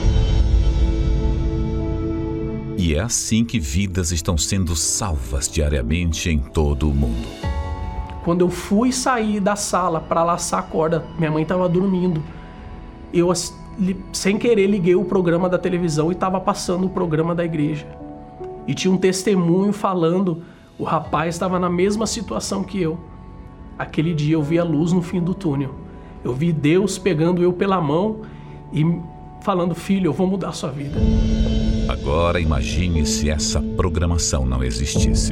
E é assim que vidas estão sendo salvas diariamente em todo o mundo. Quando eu fui sair da sala para laçar a corda, minha mãe estava dormindo. Eu, sem querer, liguei o programa da televisão e estava passando o programa da igreja. E tinha um testemunho falando, o rapaz estava na mesma situação que eu. Aquele dia eu vi a luz no fim do túnel. Eu vi Deus pegando eu pela mão e falando, filho, eu vou mudar a sua vida. Agora imagine se essa programação não existisse.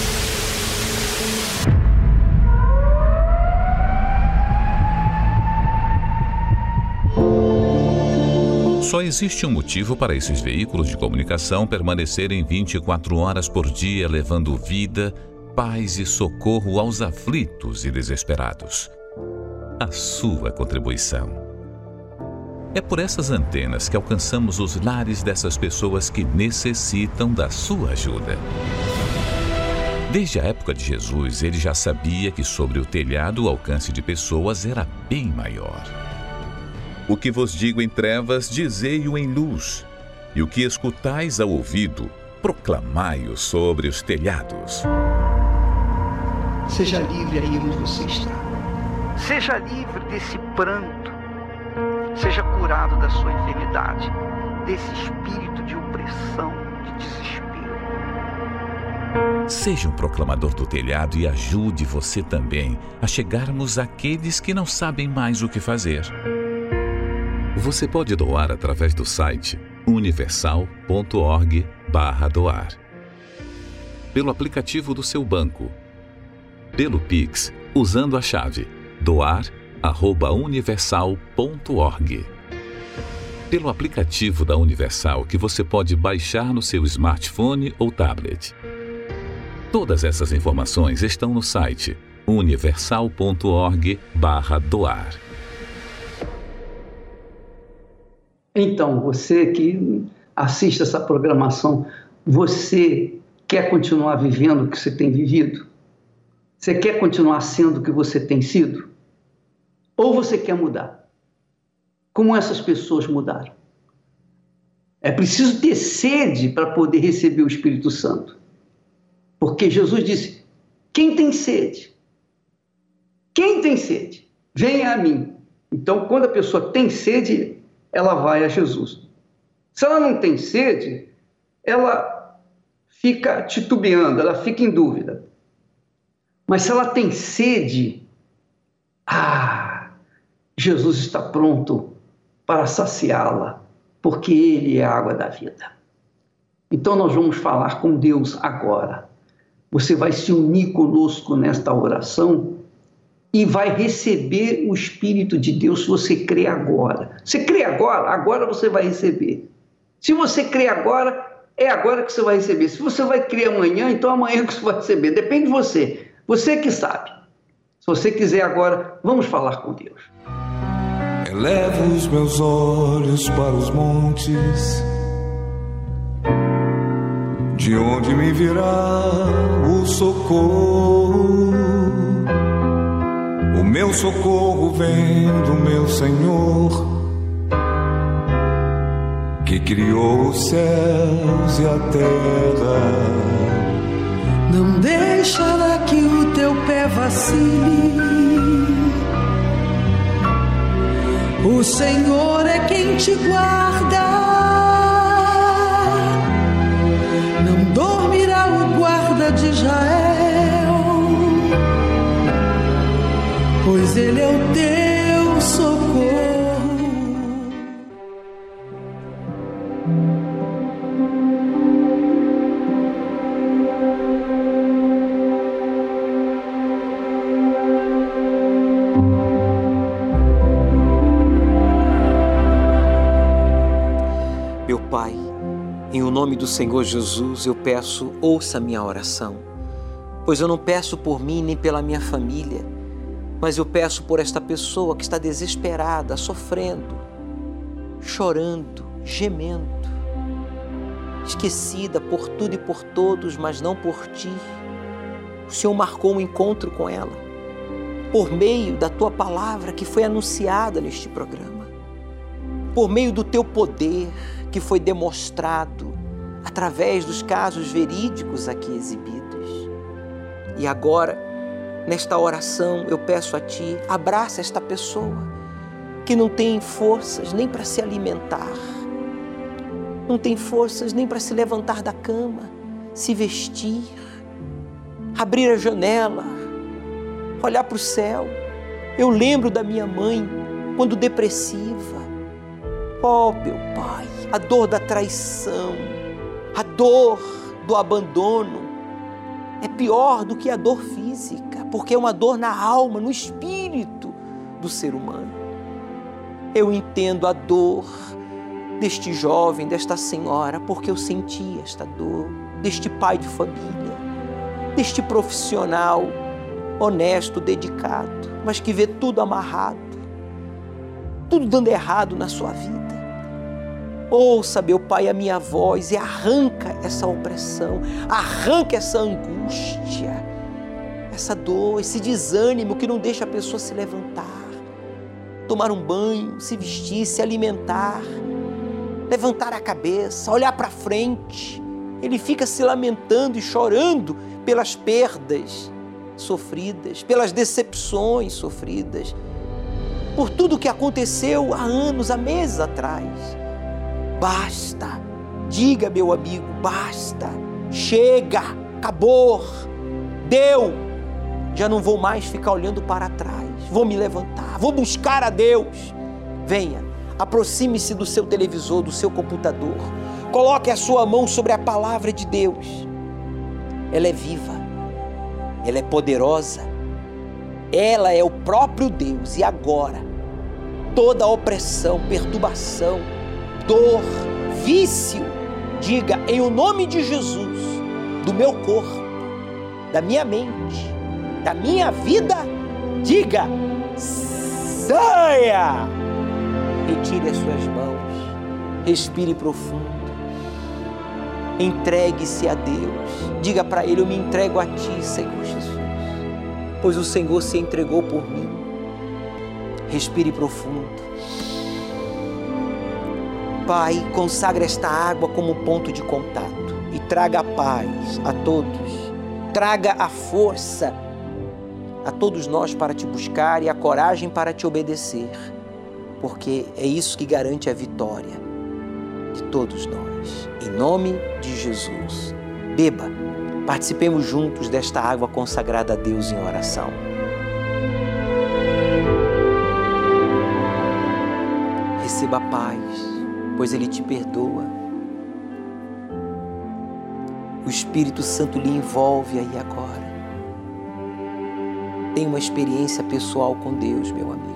Só existe um motivo para esses veículos de comunicação permanecerem vinte e quatro horas por dia, levando vida, paz e socorro aos aflitos e desesperados. A sua contribuição. É por essas antenas que alcançamos os lares dessas pessoas que necessitam da sua ajuda. Desde a época de Jesus, ele já sabia que sobre o telhado o alcance de pessoas era bem maior. O que vos digo em trevas, dizei-o em luz, e o que escutais ao ouvido, proclamai-o sobre os telhados. Seja livre aí onde você está. Seja livre desse pranto. Seja curado da sua enfermidade, desse espírito de opressão, de desespero. Seja um proclamador do telhado e ajude você também a chegarmos àqueles que não sabem mais o que fazer. Você pode doar através do site universal ponto org barra doar, pelo aplicativo do seu banco, pelo Pix, usando a chave doar arroba universal ponto org, pelo aplicativo da Universal que você pode baixar no seu smartphone ou tablet. Todas essas informações estão no site universal ponto org barra doar. Então, você que assiste essa programação, você quer continuar vivendo o que você tem vivido? Você quer continuar sendo o que você tem sido? Ou você quer mudar? Como essas pessoas mudaram? É preciso ter sede para poder receber o Espírito Santo. Porque Jesus disse, quem tem sede? Quem tem sede? Venha a mim. Então, quando a pessoa tem sede, ela vai a Jesus. Se ela não tem sede, ela fica titubeando, ela fica em dúvida. Mas se ela tem sede, ah, Jesus está pronto para saciá-la, porque Ele é a água da vida. Então nós vamos falar com Deus agora. Você vai se unir conosco nesta oração e vai receber o Espírito de Deus se você crê agora. Você crê agora? Agora você vai receber. Se você crê agora, é agora que você vai receber. Se você vai crer amanhã, então amanhã que você vai receber. Depende de você. Você que sabe. Se você quiser agora, vamos falar com Deus. Elevo os meus olhos para os montes, de onde me virá o socorro. O meu socorro vem do meu Senhor, que criou os céus e a terra. Não deixará que o teu pé vacile. O Senhor é quem te guarda. Não dormirá o guarda de Israel, pois Ele é o teu socorro. Meu Pai, em o nome do Senhor Jesus, eu peço, ouça a minha oração, pois eu não peço por mim nem pela minha família, mas eu peço por esta pessoa que está desesperada, sofrendo, chorando, gemendo, esquecida por tudo e por todos, mas não por Ti. O Senhor marcou um encontro com ela, por meio da Tua palavra que foi anunciada neste programa, por meio do Teu poder que foi demonstrado através dos casos verídicos aqui exibidos. E agora, nesta oração, eu peço a Ti, abraça esta pessoa que não tem forças nem para se alimentar, não tem forças nem para se levantar da cama, se vestir, abrir a janela, olhar para o céu. Eu lembro da minha mãe, quando depressiva. Oh, meu Pai, a dor da traição, a dor do abandono é pior do que a dor física, porque é uma dor na alma, no espírito do ser humano. Eu entendo a dor deste jovem, desta senhora, porque eu senti esta dor, deste pai de família, deste profissional honesto, dedicado, mas que vê tudo amarrado, tudo dando errado na sua vida. Ouça, meu Pai, a minha voz e arranca essa opressão, arranca essa angústia, essa dor, esse desânimo que não deixa a pessoa se levantar, tomar um banho, se vestir, se alimentar, levantar a cabeça, olhar para frente. Ele fica se lamentando e chorando pelas perdas sofridas, pelas decepções sofridas, por tudo que aconteceu há anos, há meses atrás. Basta, diga, meu amigo, basta, chega, acabou, deu, já não vou mais ficar olhando para trás, vou me levantar, vou buscar a Deus. Venha, aproxime-se do seu televisor, do seu computador, coloque a sua mão sobre a palavra de Deus. Ela é viva, ela é poderosa, ela é o próprio Deus. E agora, toda opressão, perturbação, dor, vício, diga em o nome de Jesus, do meu corpo, da minha mente, da minha vida, diga, saia! Retire as suas mãos, respire profundo, entregue-se a Deus, diga para Ele, eu me entrego a Ti, Senhor Jesus, pois o Senhor se entregou por mim. Respire profundo. Pai, consagra esta água como ponto de contato e traga a paz a todos, traga a força a todos nós para Te buscar e a coragem para Te obedecer, porque é isso que garante a vitória de todos nós. Em nome de Jesus, beba, participemos juntos desta água consagrada a Deus em oração. Receba a paz, pois Ele te perdoa. O Espírito Santo lhe envolve aí agora. Tenha uma experiência pessoal com Deus, meu amigo.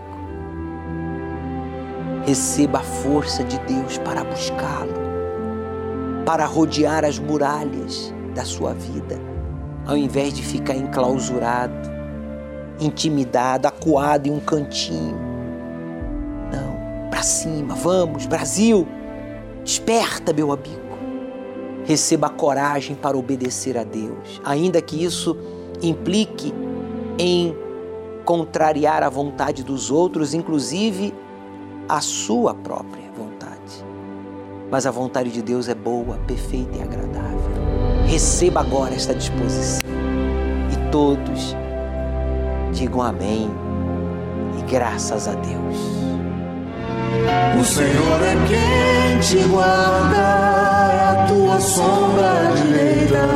Receba a força de Deus para buscá-lo, para rodear as muralhas da sua vida, ao invés de ficar enclausurado, intimidado, acuado em um cantinho. Não, para cima, vamos, Brasil, desperta, meu amigo. Receba a coragem para obedecer a Deus, ainda que isso implique em contrariar a vontade dos outros, inclusive a sua própria vontade. mas a vontade de Deus é boa, perfeita e agradável. Receba agora esta disposição e todos digam amém e graças a Deus. O Senhor é quem te guarda, é a tua sombra direita.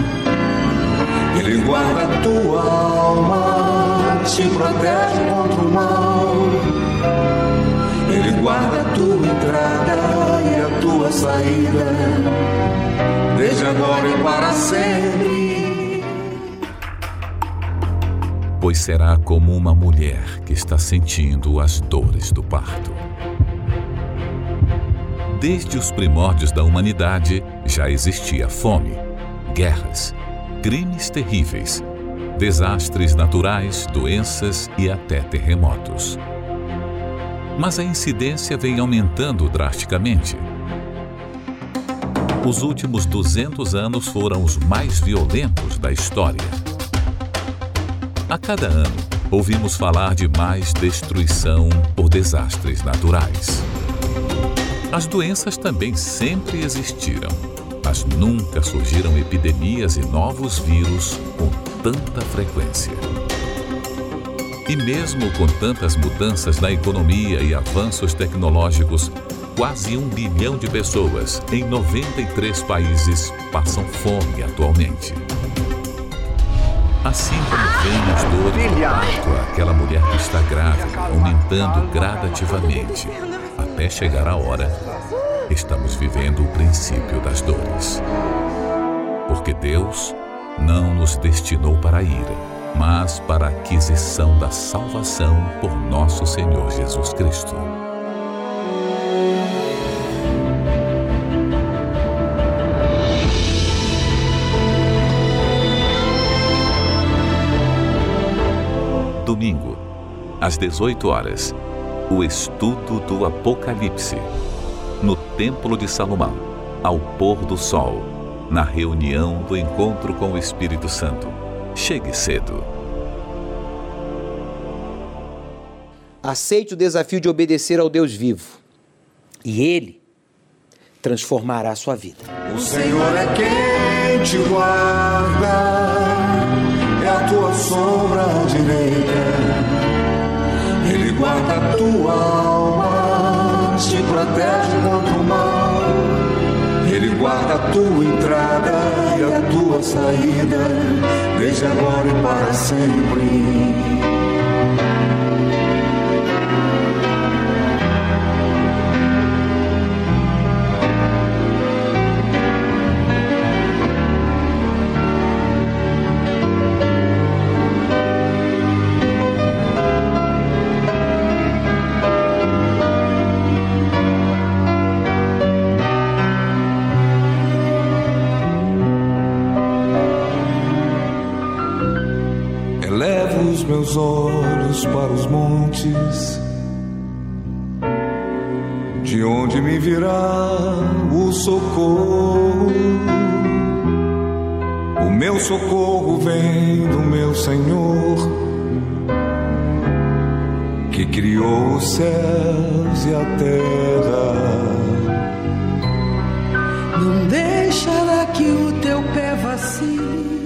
Ele guarda a tua alma, te protege contra o mal. Ele guarda a tua entrada e a tua saída, desde agora e para sempre. Pois será como uma mulher que está sentindo as dores do parto. Desde os primórdios da humanidade já existia fome, guerras, crimes terríveis, desastres naturais, doenças e até terremotos. Mas a incidência vem aumentando drasticamente. Os últimos duzentos anos foram os mais violentos da história. A cada ano, ouvimos falar de mais destruição por desastres naturais. As doenças também sempre existiram, mas nunca surgiram epidemias e novos vírus com tanta frequência. E mesmo com tantas mudanças na economia e avanços tecnológicos, quase um bilhão de pessoas em noventa e três países passam fome atualmente. Assim como vem as dores do parto, aquela mulher que está grávida, aumentando gradativamente, até chegar a hora, estamos vivendo o princípio das dores. Porque Deus não nos destinou para a ira, mas para a aquisição da salvação por nosso Senhor Jesus Cristo. Domingo, às dezoito horas, o estudo do Apocalipse, no Templo de Salomão, ao pôr do sol, na reunião do encontro com o Espírito Santo. Chegue cedo. Aceite o desafio de obedecer ao Deus vivo, e Ele transformará a sua vida. O Senhor é quem te guarda, é a tua sombra direita. Ele guarda a tua alma, te protege contra o mal. Ele guarda a tua entrada e a tua saída, desde agora e para sempre. Meus olhos para os montes, de onde me virá o socorro? O meu socorro vem do meu Senhor, que criou os céus e a terra. Não deixará que o teu pé vacile.